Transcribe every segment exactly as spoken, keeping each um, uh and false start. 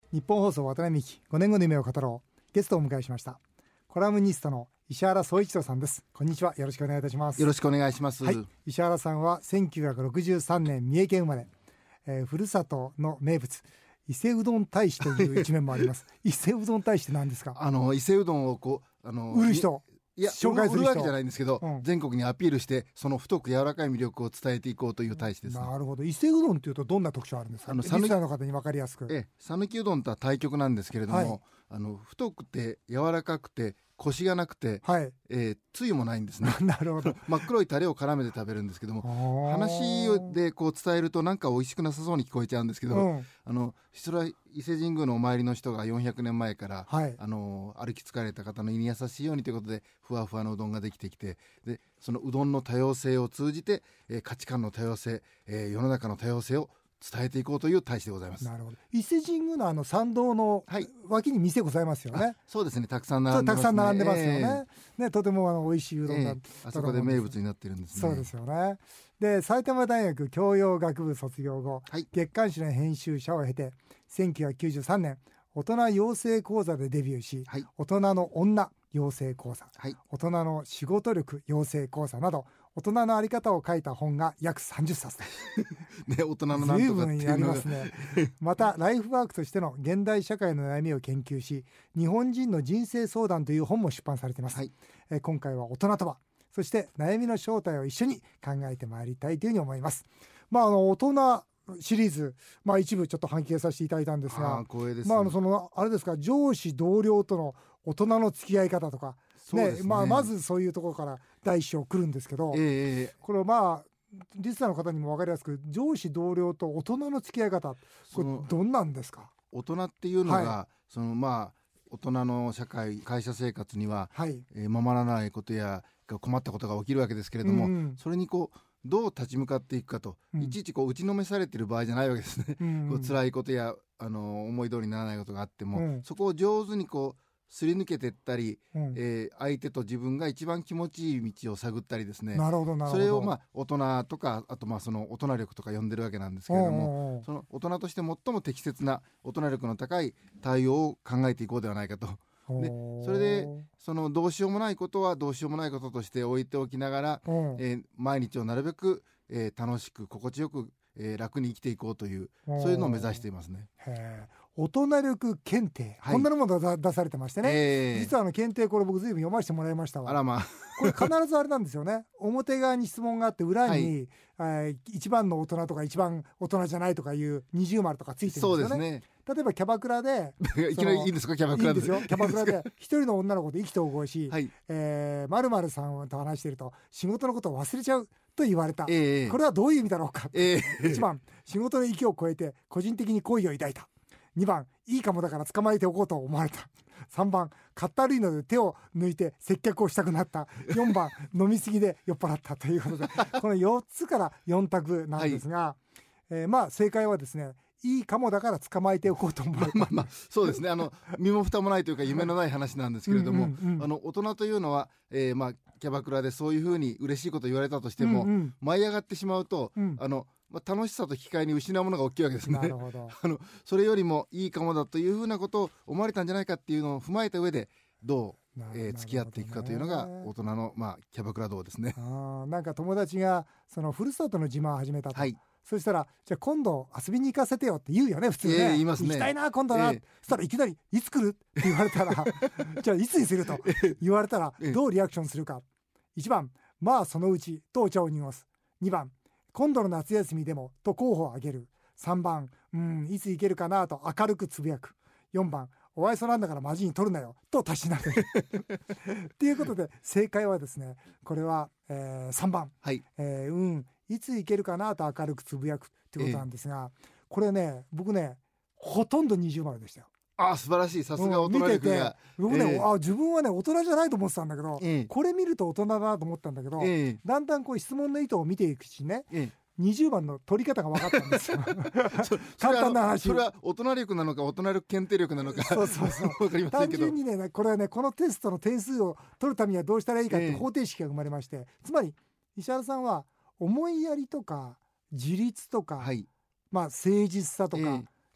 日本放送渡辺美希ごねんごの夢を語ろう。ゲストをお迎えしました。コラムニストの石原総一郎さんです。こんにちは。よろしくお願いいたします。 よろしくお願いします、 はい、石原さんはせんきゅうひゃくろくじゅうさんねん三重県生まれ、えー、ふるさとの名物伊勢うどん大使という一面もあります伊勢うどん大使って何ですか？ あの伊勢うどんをこうあの売る人、 いや紹介する人、 売るわけじゃないんですけど、 うん、 全国にアピールしてその太く柔らかい魅力を伝えていこうという大使です、ね、 なるほど。伊勢うどんというとどんな特徴あるんですか？あのリスナーの方に分かりやすく。 ええ、讃岐うどんとは対極なんですけれども、はい、あの太くて柔らかくてコシがなくて、はい、えー、つゆもないんですねなるほど真っ黒いタレを絡めて食べるんですけども、話でこう伝えるとなんか美味しくなさそうに聞こえちゃうんですけど、うん、あのそれは伊勢神宮のお参りの人がよんひゃくねんまえから、はい、あの歩き疲れた方の胃に優しいようにということでふわふわのうどんができてきて、でそのうどんの多様性を通じて、えー、価値観の多様性、えー、世の中の多様性を伝えていこうという大使でございます。 なるほど。伊勢神宮のあの参道の脇に店ございますよね、はい、 そうですね、たくさん並んでますね。 たくさん並んでますよね、えー、ね、とてもあの美味しいうどんだ、えー、 あそこで名物になってるんですね。 そうですよね。で埼玉大学教養学部卒業後、はい、月刊誌の編集者を経てせんきゅうひゃくきゅうじゅうさんねん大人養成講座でデビューし、はい、大人の女養成講座、はい、大人の仕事力養成講座など大人のあり方を書いた本が約さんじゅっさつね、大人のなんとかっていうのが随分ありますねまたライフワークとしての現代社会の悩みを研究し、日本人の人生相談という本も出版されています、はい、え今回は大人とは、そして悩みの正体を一緒に考えてまいりたいというふうに思います。まあ、あの大人シリーズ、まあ、一部ちょっと半径させていただいたんですが、 あ、光栄です、 まあ、あのそのあれですか、上司同僚との大人の付き合い方とか、ねね、まあ、まずそういうところから第一章来るんですけど、えー、これはまあリスナーの方にも分かりやすく、上司同僚と大人の付き合い方、これどんなんですか？ 大人っていうのが、はい、そのまあ大人の社会会社生活には、はい、えー、守らないことや困ったことが起きるわけですけれども、うん、それにこうどう立ち向かっていくかと、うん、いちいちこう打ちのめされている場合じゃないわけですね、うん、こう辛いことやあの思い通りにならないことがあっても、うん、そこを上手にこうすり抜けていったり、うん、えー、相手と自分が一番気持ちいい道を探ったりですね。 なるほどなるほど。 それをまあ大人とか、あとまあその大人力とか呼んでるわけなんですけれども、おうおう、その大人として最も適切な大人力の高い対応を考えていこうではないかと。でそれでそのどうしようもないことはどうしようもないこととして置いておきながら、えー、毎日をなるべく、えー、楽しく心地よく、えー、楽に生きていこうという、そういうのを目指していますね。 へー、大人力検定、はい、こんなものが出されてましてね、えー、実はあの検定、これ僕随分読ませてもらいましたわ。 あらまあこれ必ずあれなんですよね表側に質問があって裏に、はい、一番の大人とか一番大人じゃないとかいう二重丸とかついてるんですよね。そうですね。例えばキャバクラでいきなりいいんですか？キャバクラでいいんですよ。キャバクラで一人の女の子と意気投合し、はい、えー、〇〇さんと話していると仕事のことを忘れちゃうと言われた、えー、これはどういう意味だろうか、えー、いちばん仕事の域を超えて個人的に好意を抱いた。にばんいいかもだから捕まえておこうと思われた。さんばんかったるいので手を抜いて接客をしたくなった。よんばん飲みすぎで酔っ払ったということでこのよっつからよん択なんですが、はい、えー、まあ正解はですね、いいかもだから捕まえておこうと思うまあまあそうですね、あの身も蓋もないというか夢のない話なんですけれども、うんうんうん、あの大人というのは、えー、まあキャバクラでそういうふうに嬉しいこと言われたとしても、うんうん、舞い上がってしまうと、うん、あのまあ、楽しさと引き換えに失うものが大きいわけですね。なるほどあのそれよりもいいかもだというふうなことを思われたんじゃないかっていうのを踏まえた上でどう、えー、付き合っていくかというのが大人の、まあ、キャバクラ道ですね。 あ、なんか友達がそのふるさとの自慢を始めたと、はい、そしたらじゃあ今度遊びに行かせてよって言うよね普通ね、えー、言いますね。行きたいな今度な、えー、そしたらいきなりいつ来るって言われたらじゃあいつにすると言われたらどうリアクションするか。いちばんまあそのうちとお茶を濁す。にばん今度の夏休みでもと候補を挙げる。さんばんうんいつ行けるかなと明るくつぶやく。よんばんお愛想なんだからマジに取るなよとたしなめるということで正解はですね、これは、えー、さんばん、はい、えー、うんいつ行けるかなと明るくつぶやくってことなんですが、えー、これね僕ねほとんど二重丸でしたよ。 あ、素晴らしい。さすが大人力が、 うん、見てて僕ね、えー、あ自分はね大人じゃないと思ってたんだけど、えー、これ見ると大人だなと思ったんだけど、えー、だんだんこう質問の意図を見ていくしね、えーにじゅうばんの取り方が分かったんですよ簡単な話。 それは大人力なのか大人力検定力なのかそうそうそう分かりませんけど、単純にねこれはねこのテストの点数を取るためにはどうしたらいいかって方程式が生まれまして、えー、つまり石原さんは思いやりとか自立とか、はい、まあ誠実さとか、えー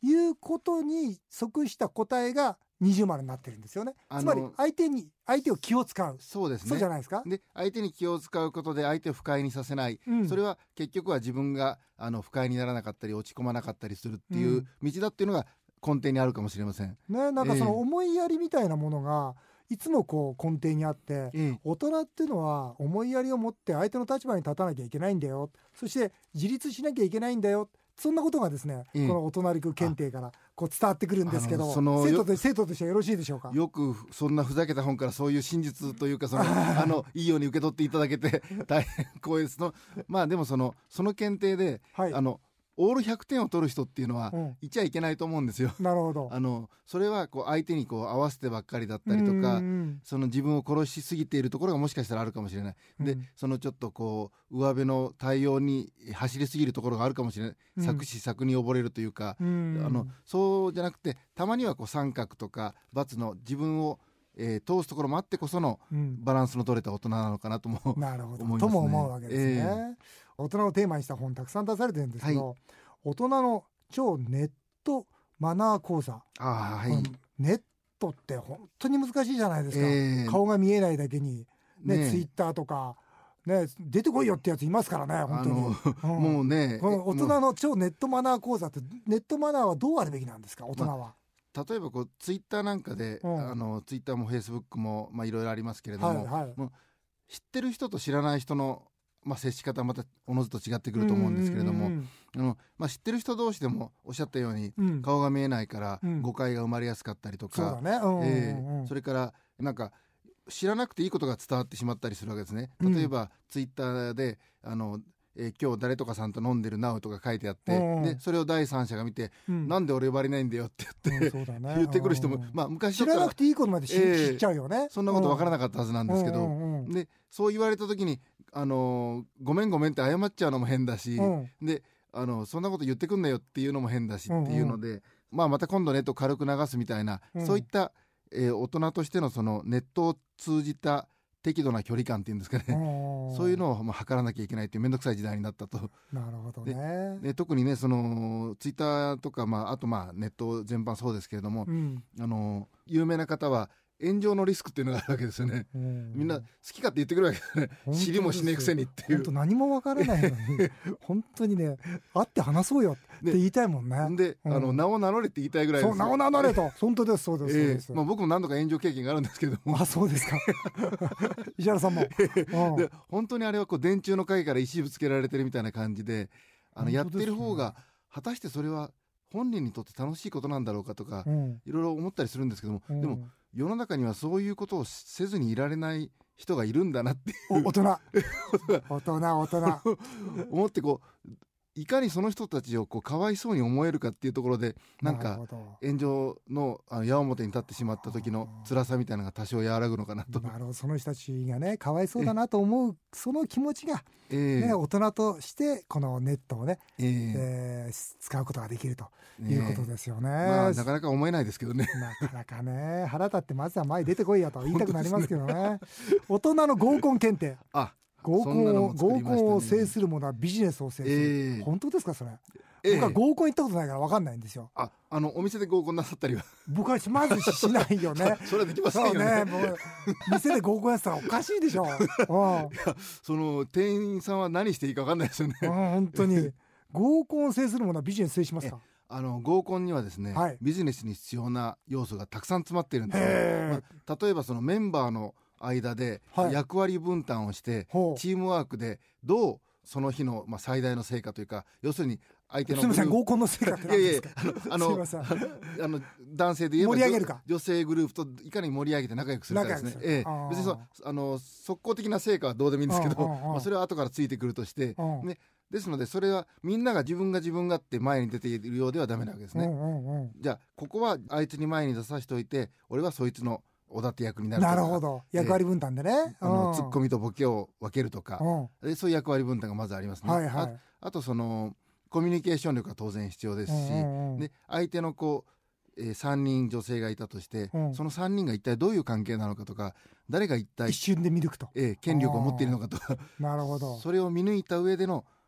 いうことに即した答えが二重丸になってるんですよね。つまり相手に相手を気を使う。 そうですね。 そうじゃないですか。 で相手に気を使うことで相手を不快にさせない、うん、それは結局は自分があの不快にならなかったり落ち込まなかったりするっていう道だっていうのが根底にあるかもしれません、 ね、なんかその思いやりみたいなものがいつもこう根底にあって、ええ、大人っていうのは思いやりを持って相手の立場に立たなきゃいけないんだよ、そして自立しなきゃいけないんだよ、そんなことがですね、ええ、この大人陸検定からこう伝わってくるんですけど、生徒と生徒としてはよろしいでしょうか。 よくそんなふざけた本からそういう真実というかそのあのいいように受け取っていただけて大変光栄ですの。まあでもそのその検定で、はい、あのオールひゃくてんを取る人っていうのは、うん、いちゃいけないと思うんですよ。 なるほど。 あのそれはこう相手にこう合わせてばっかりだったりとか、その自分を殺しすぎているところがもしかしたらあるかもしれない、うん、でそのちょっとこう上辺の対応に走りすぎるところがあるかもしれない、うん、作詞作に溺れるというか、うん、あのそうじゃなくてたまにはこう三角とか×の自分をえー、通すところもあってこそのバランスの取れた大人なのかなとも、うん、 なるほど、 思いますね。 とも思うわけですね、えー、大人をテーマにした本たくさん出されてるんですけど、はい、大人の超ネットマナー講座、 あ、はい、 ネットって本当に難しいじゃないですか、えー、顔が見えないだけに、ねね、ツイッターとかね、出てこいよってやついますからね本当に、うん、 もうね、 この大人の超ネットマナー講座ってネットマナーはどうあるべきなんですか、大人は。まあ、例えばこうツイッターなんかで、うん、あのツイッターもフェイスブックもまあいろいろありますけれども、はいはい、もう知ってる人と知らない人の、まあ、接し方はまたおのずと違ってくると思うんですけれども、あの、まあ、知ってる人同士でもおっしゃったように、うん、顔が見えないから誤解が生まれやすかったりとか、それからなんか知らなくていいことが伝わってしまったりするわけですね。例えば、うん、ツイッターであのえー、今日誰とかさんと飲んでるなうとか書いてあって、うん、でそれを第三者が見て、うん、なんで俺呼ばれないんだよって言って、うんね、言ってくる人も、まあ、昔知らなくていいことまで知、えー、知っちゃうよね。 そんなこと分からなかったはずなんですけど、でそう言われた時に、あのー、ごめんごめんって謝っちゃうのも変だし、であのそんなこと言ってくんなよっていうのも変だしっていうので、うんうん、まあ、また今度ネット軽く流すみたいな、うん、そういった、えー、大人としてのそのネットを通じた適度な距離感っていうんですかね、そういうのをまあ測らなきゃいけないっていう面倒くさい時代になったと。 なるほどね。 でで特にねそのツイッターとか、まあ、あとまあネット全般そうですけれども、うん、あの有名な方は炎上のリスクっていうのがあるわけですよね。みんな好きかって言ってくるわけですね。知りもしねえくせにっていう。 本当何もわからないのに本当にね会って話そうよって言いたいもんね。 で、うん、あの名を名乗れって言いたいぐらいです。 そう名を名乗れと本当ですそうです、えー、そうです、 まあ、僕も何度か炎上経験があるんですけども。 あ、そうですか石原さんも、 うん、で本当にあれはこう電柱の陰から石ぶつけられてるみたいな感じで、あのやってる方が果たしてそれは本人にとって楽しいことなんだろうかとか、うん、いろいろ思ったりするんですけども、うん、でも世の中にはそういうことをせずにいられない人がいるんだなっていう大人大人大人思ってこういかにその人たちをこうかわいそうに思えるかっていうところで、なんか炎上 の, あの矢面に立ってしまった時の辛さみたいなのが多少和らぐのかなと。 なるほど、その人たちがねかわいそうだなと思うその気持ちが、えーね、大人としてこのネットをね、えーえー、使うことができるということですよね。 まあ、なかなか思えないですけどね。 なかなかね腹立ってまずは前に出てこいやと言いたくなりますけどね大人の合コン検定、あ合コンを、ね、合コンを制するものはビジネスを制する、えー、本当ですかそれ、えー、僕は合コン行ったことないから分かんないんですよ。 あ、あのお店で合コンなさったりは僕はまずしないよねそれはできませんよ ね, ねもう店で合コンやってたらおかしいでしょ、うん、いやその店員さんは何していいか分かんないですよね本当に合コンを制するものはビジネス制しますか。 あの合コンにはですね、はい、ビジネスに必要な要素がたくさん詰まっているんですよ、まあ、例えばそのメンバーの間で役割分担をして、はい、チームワークでどうその日のまあ最大の成果というか、要するに相手のすみません合コンの成果って何ですか。いやいやあのあの男性で言えば盛り上げるか女性グループといかに盛り上げて仲良くするかですね。ええ、別にそあの速攻的な成果はどうでもいいんですけど、まあ、それは後からついてくるとして、ね、ですのでそれはみんなが自分が自分がって前に出ているようではダメなわけですね、うんうんうん、じゃあここはあいつに前に出させておいて俺はそいつのおだて役になるとか。 なるほど、役割分担でね、 えー、あのツッコミとボケを分けるとか、うん、そういう役割分担がまずありますね、はいはい、あ, あとそのコミュニケーション力が当然必要ですし、うんうんうん、で相手のこう、えー、さんにん女性がいたとして、うん、そのさんにんが一体どういう関係なのかとか、誰が一体一瞬で見抜くと、 えー、権力を持っているのかとかなるほど、 それを見抜いた上での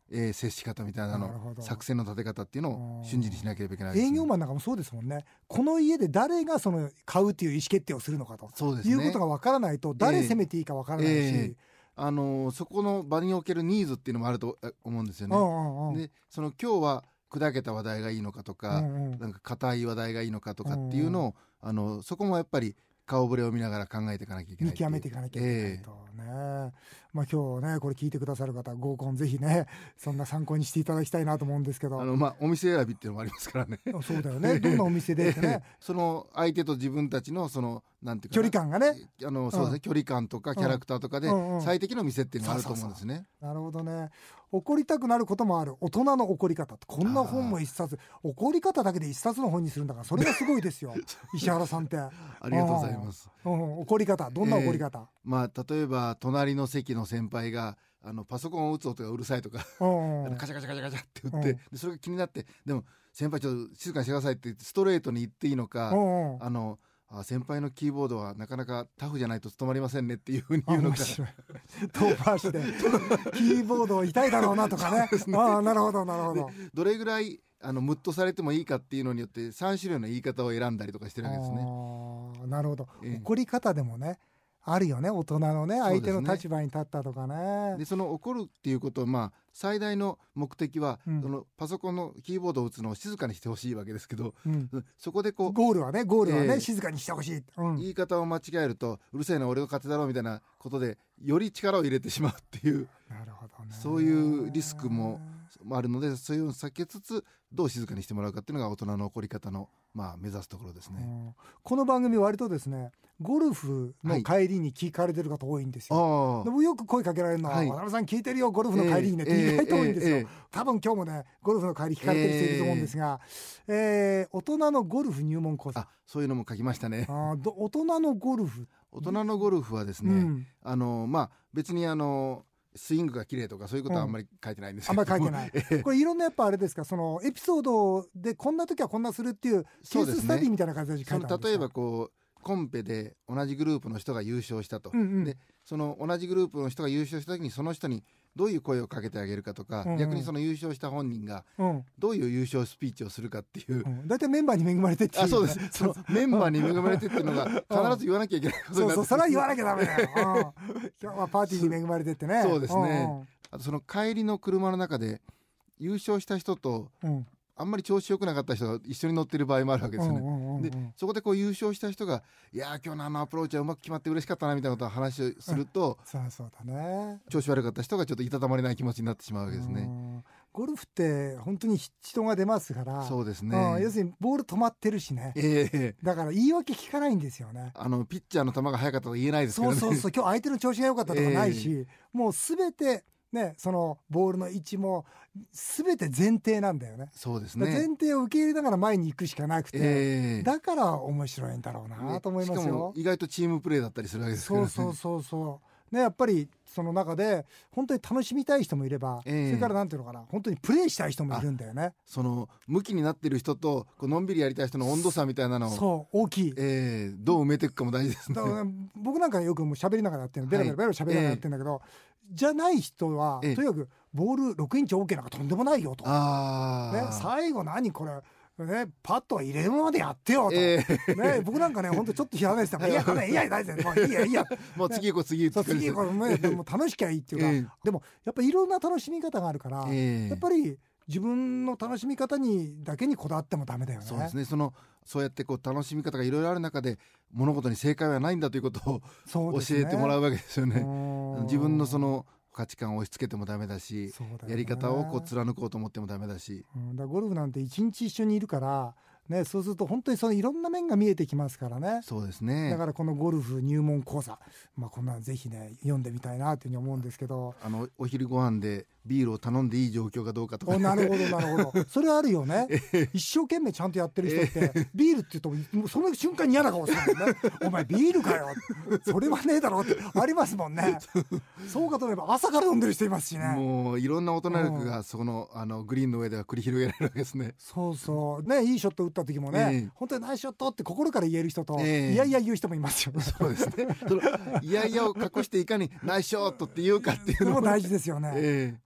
えー、接し方みたいなの作戦の立て方っていうのを瞬時にしなければいけないです、ね、 営業マンなんかもそうですもんね。この家で誰がその買うという意思決定をするのかとそうです、ね、いうことが分からないと誰攻めていいか分からないし、えーえーあのー、そこの場におけるニーズっていうのもあると思うんですよね。うんうんうん、でその今日は砕けた話題がいいのかとか、うんうん、なんか硬い話題がいいのかとかっていうのを、うんうん、あのそこもやっぱり顔ぶれを見ながら考えていかなきゃいけない見極めていかなきゃいけないとね、えーまあ、今日ねこれ聞いてくださる方合コンぜひねそんな参考にしていただきたいなと思うんですけど、 あの、まあ、お店選びっていうのもありますからね。 そうだよねどんなお店でってねその相手と自分たちのそのなんていうか距離感がねあのそうですね、うん、距離感とかキャラクターとかで最適の店っていうのがあると思うんですね。 なるほどね。怒りたくなることもある大人の怒り方、こんな本も一冊、怒り方だけで一冊の本にするんだからそれがすごいですよ石原さんって。 ありがとうございます、 うん、怒り方どんな怒り方、えーまあ、例えば隣の席の先輩があのパソコンを打つ音がうるさいとかカチャカチャカチャカチャって打ってでそれが気になってでも先輩ちょっと静かにしてくださいってストレートに言っていいのかあのあ先輩のキーボードはなかなかタフじゃないと務まりませんねっていうふうに言うのか飛ばしてキーボード痛いだろうなとかねあなるほどなるほどどれぐらいあのムッとされてもいいかっていうのによってさん種類の言い方を選んだりとかしてるわけですね。 あなるほど、えー、怒り方でもねあるよね大人のね相手の立場に立ったとかね。 でその怒るっていうことはまあ最大の目的は、うん、そのパソコンのキーボードを打つのを静かにしてほしいわけですけど、うん、そこでこうゴールはねゴールはね、えー、静かにしてほしい、 うん、言い方を間違えるとうるせえな俺が勝手だろうみたいなことでより力を入れてしまうっていうなるほど、ね、 そういうリスクもあるのでそういうのを避けつつどう静かにしてもらうかっていうのが大人の怒り方の、まあ、目指すところですね。 この番組割とですねゴルフの帰りに聞かれてる方多いんですよ、はい、でもよく声かけられるのは、はい、渡辺さん聞いてるよゴルフの帰りにね、えー、って意外と多いんですよ、えーえー、多分今日もねゴルフの帰り聞かれてる人いると思うんですが、えーえー、大人のゴルフ入門講座、 あそういうのも書きましたね。 あど大人のゴルフ大人のゴルフはですね、うん、あのまあ別にあのスイングが綺麗とかそういうことはあんまり書いてないんですけど、 うん、あんまり書いてないこれいろんなやっぱあれですかそのエピソードでこんな時はこんなするっていうケーススタディみたいな感じで書いてあるんですか。 例えばこうコンペで同じグループの人が優勝したと、うんうん、でその同じグループの人が優勝した時にその人にどういう声をかけてあげるかとか、うんうん、逆にその優勝した本人がどういう優勝スピーチをするかっていう、うん、 だいたいメンバーに恵まれてっていう、 ね、あそうですそのメンバーに恵まれてっていうのが必ず言わなきゃいけないことになって、 そうそうそれは言わなきゃダメだよ、うん、今日はパーティーに恵まれてってねそうですね、うん、あとその帰りの車の中で優勝した人と、うんあんまり調子良くなかった人が一緒に乗ってる場合もあるわけですよね、うんうんうんうん、でそこでこう優勝した人がいや今日のあのアプローチはうまく決まって嬉しかったなみたいなことを話をすると、 うん、そうそうだね調子悪かった人がちょっといたたまれない気持ちになってしまうわけですね。 ゴルフって本当に人が出ますからそうですね、 うん、要するにボール止まってるしね、えー、だから言い訳聞かないんですよね。 あのピッチャーの球が速かったと言えないですけどね。 そうそうそう今日相手の調子が良かったとかないし、えー、もう全てね、そのボールの位置も全て前提なんだよね。 そうですね。 前提を受け入れながら前に行くしかなくて、えー、だから面白いんだろうなと思いますよ、ね、しかも意外とチームプレーだったりするわけですからね。 そうそうそうそうね、やっぱりその中で本当に楽しみたい人もいれば、えー、それからなんていうのかな本当にプレーしたい人もいるんだよね。 その向きになってる人とこうのんびりやりたい人の温度差みたいなのをそう大きい、 えー、どう埋めていくかも大事ですね。 だから僕なんかよくもう喋りながらやってるベラベラベラ喋りながらやってるんだけど、はいえー、じゃない人は、えー、とにかくボールろくインチ OK なんかとんでもないよと、あ、ね、最後何これね、パッとは入れるままでやってよと、えーね、僕なんかね本当ちょっとひらめいてたからいやこれいや大丈夫もういいやいいやもう次行こう次行こう次行こうもう楽しきゃいいっていうか、えー、でもやっぱりいろんな楽しみ方があるから、えー、やっぱり自分の楽しみ方にだけにこだわってもダメだよね。 そうですね。そのそうやってこう楽しみ方がいろいろある中で物事に正解はないんだということを教えてもらうわけですよね。自分のその価値観を押し付けてもダメだしだ、ね、やり方をこう貫こうと思ってもダメだし、 うん、だからゴルフなんて一日一緒にいるからね、そうすると本当にそのいろんな面が見えてきますからね。 そうですね。 だからこのゴルフ入門講座、まあ、こんなぜひね読んでみたいなというふうに思うんですけど、 あのお昼ご飯でビールを頼んでいい状況かどうかとか、 ね、なるほどなるほどそれはあるよね一生懸命ちゃんとやってる人ってビールって言うともうその瞬間に嫌な顔するもんねお前ビールかよそれはねえだろってありますもんねそうかと思えば朝から飲んでる人いますしね。 もういろんな大人力がその、あのグリーンの上では繰り広げられるわけですね。 そうそうね、いいショット打った時もね、えー、本当にナイスショットって心から言える人と、えー、いやいや言う人もいますよ。 そうですねそのいやいやを隠していかにナイスショットって言うかっていうのも大事ですよね、えー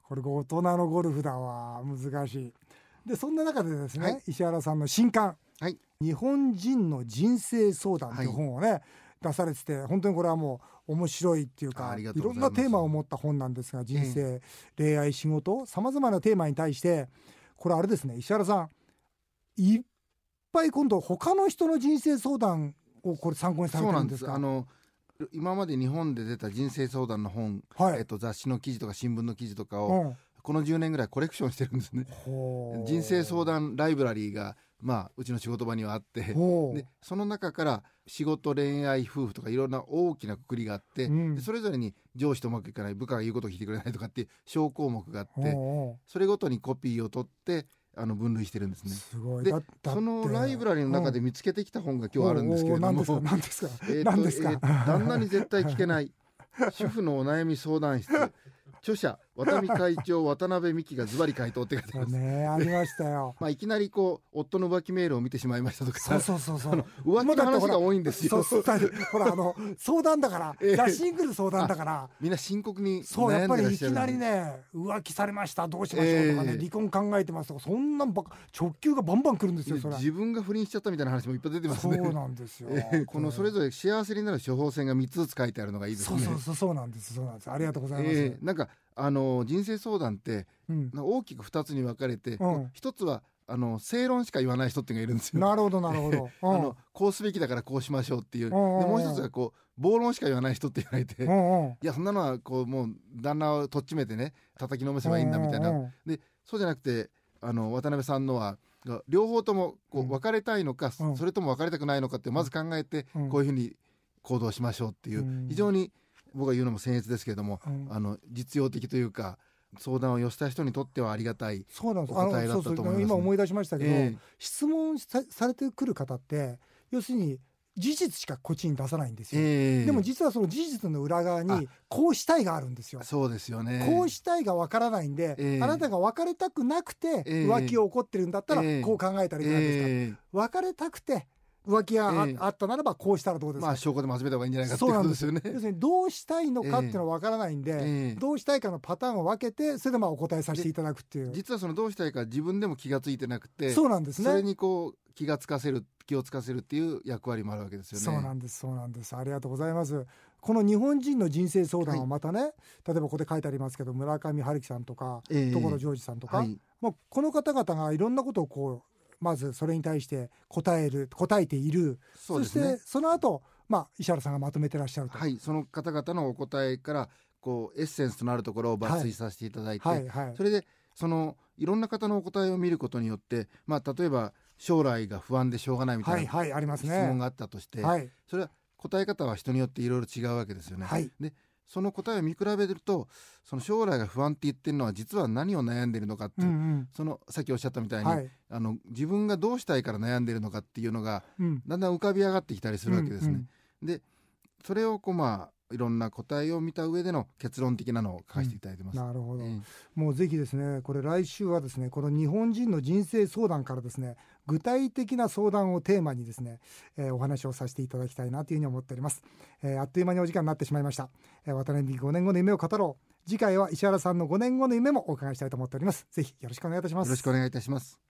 これ大人のゴルフだわ、難しい。でそんな中でですね、はい、石原さんの新刊、はい、日本人の人生相談という本をね、はい、出されてて、本当にこれはもう面白いっていうか、いろんなテーマを持った本なんですが、人生、えー、恋愛、仕事、さまざまなテーマに対して、これあれですね、石原さんいっぱい今度他の人の人生相談をこれ参考にされてるんですか？ そうなんです。あの今まで日本で出た人生相談の本、はい、えっと、雑誌の記事とか新聞の記事とかを、うん、このじゅうねんぐらいコレクションしてるんですね。人生相談ライブラリーが、まあ、うちの仕事場にはあって、でその中から仕事、恋愛、夫婦とかいろんな大きな括りがあって、うん、でそれぞれに上司とうまくいかない、部下が言うことを聞いてくれないとかっていう小項目があって、それごとにコピーを取ってあの分類してるんですね。 すごい。 でそのライブラリーの中で見つけてきた本が今日あるんですけれども、 何ですか何ですか？ 旦那に絶対聞けない主婦のお悩み相談室著者渡美会長渡辺美希がズバリ回答って書いてありますね。ありましたよ。 まあいきなりこう夫の浮気メールを見てしまいましたとか、 そうそうそうそう、 浮気の話が多いんですよ。 そうそう、ほらあの相談だから、えー、雑誌に来る相談だからみんな深刻に悩んでらっしゃる。 そうやっぱりいきなりね、浮気されましたどうしましょうとかね、えー、離婚考えてますとか、そんなんばっか直球がバンバン来るんですよ。それ自分が不倫しちゃったみたいな話もいっぱい出てますね。 そうなんですよ、 えー、このそれぞれ幸せになる処方箋がみっつずつ書いてあるのがいいですね。 そうそうそう、そうなんですそうなんです。ありがとうございます。 えー、なんかあの人生相談って、うん、大きくふたつに分かれて、うん、ひとつはあの正論しか言わない人っていうのがいるんですよ。 なるほどなるほど、 うん、あのこうすべきだからこうしましょうっていう、でもう一つがこう暴論しか言わない人っていうのがいて、いやそんなのはこうもう旦那をとっちめてね叩きのめせばいいんだみたいな、でそうじゃなくてあの渡辺さんのは両方ともこう別れたいのか、うん、それとも別れたくないのかってまず考えて、こういうふうに行動しましょうっていう、うん、非常に僕が言うのも僭越ですけれども、うん、あの実用的というか相談を寄せた人にとってはありがたいお答えだったと思います、ね。 今思い出しましたけど、えー、質問 さ, されてくる方って要するに事実しかこっちに出さないんですよ、えー、でも実はその事実の裏側にこうしたいがあるんですよ。 そうですよね。 こうしたいがわからないんで、えー、あなたが別れたくなくて浮気を起こってるんだったらこう考えたらいいじゃないですか、えー、別れたくて浮気が あ,、えー、あったならばこうしたらどうですか。 まあ証拠でも集めた方がいいんじゃないかってことですよね。 要するにどうしたいのかっていうのは分からないんで、えー、どうしたいかのパターンを分けてそれでまあお答えさせていただくっていう。 実はそのどうしたいか自分でも気がついてなくて、 そうなんですね。 それにこう気がつかせる気をつかせるっていう役割もあるわけですよね。 そうなんですそうなんです。ありがとうございます。この日本人の人生相談はまたね、はい、例えばここで書いてありますけど村上春樹さんとか、えー、所ジョージさんとか、はい、まあ、この方々がいろんなことをこうまずそれに対して答える答えている。 そ, そしてその後、まあ石原さんがまとめてらっしゃると、 はい、その方々のお答えからこうエッセンスとなるところを抜粋させていただいて、はいはいはい、それでそのいろんな方のお答えを見ることによって、まあ、例えば将来が不安でしょうがないみたいな質問があったとして、はいはい、それは答え方は人によっていろいろ違うわけですよね、はい、でその答えを見比べるとその将来が不安って言ってるのは実は何を悩んでいるのかって、うんうん、そのさっきおっしゃったみたいに、はい、あの自分がどうしたいから悩んでいるのかっていうのが、うん、だんだん浮かび上がってきたりするわけですね、うんうん、でそれをこうまあいろんな答えを見た上での結論的なのを書かせていただいてます、 うん、なるほど、えー、もうぜひですねこれ来週はですねこの日本人の人生相談からですね具体的な相談をテーマにですね、えー、お話をさせていただきたいなというふうに思っております、えー、あっという間にお時間になってしまいました、えー、渡辺美希ごねんごの夢を語ろう。次回は石原さんのごねんごの夢もお伺いしたいと思っております。ぜひよろしくお願いいたします。 よろしくお願いいたします。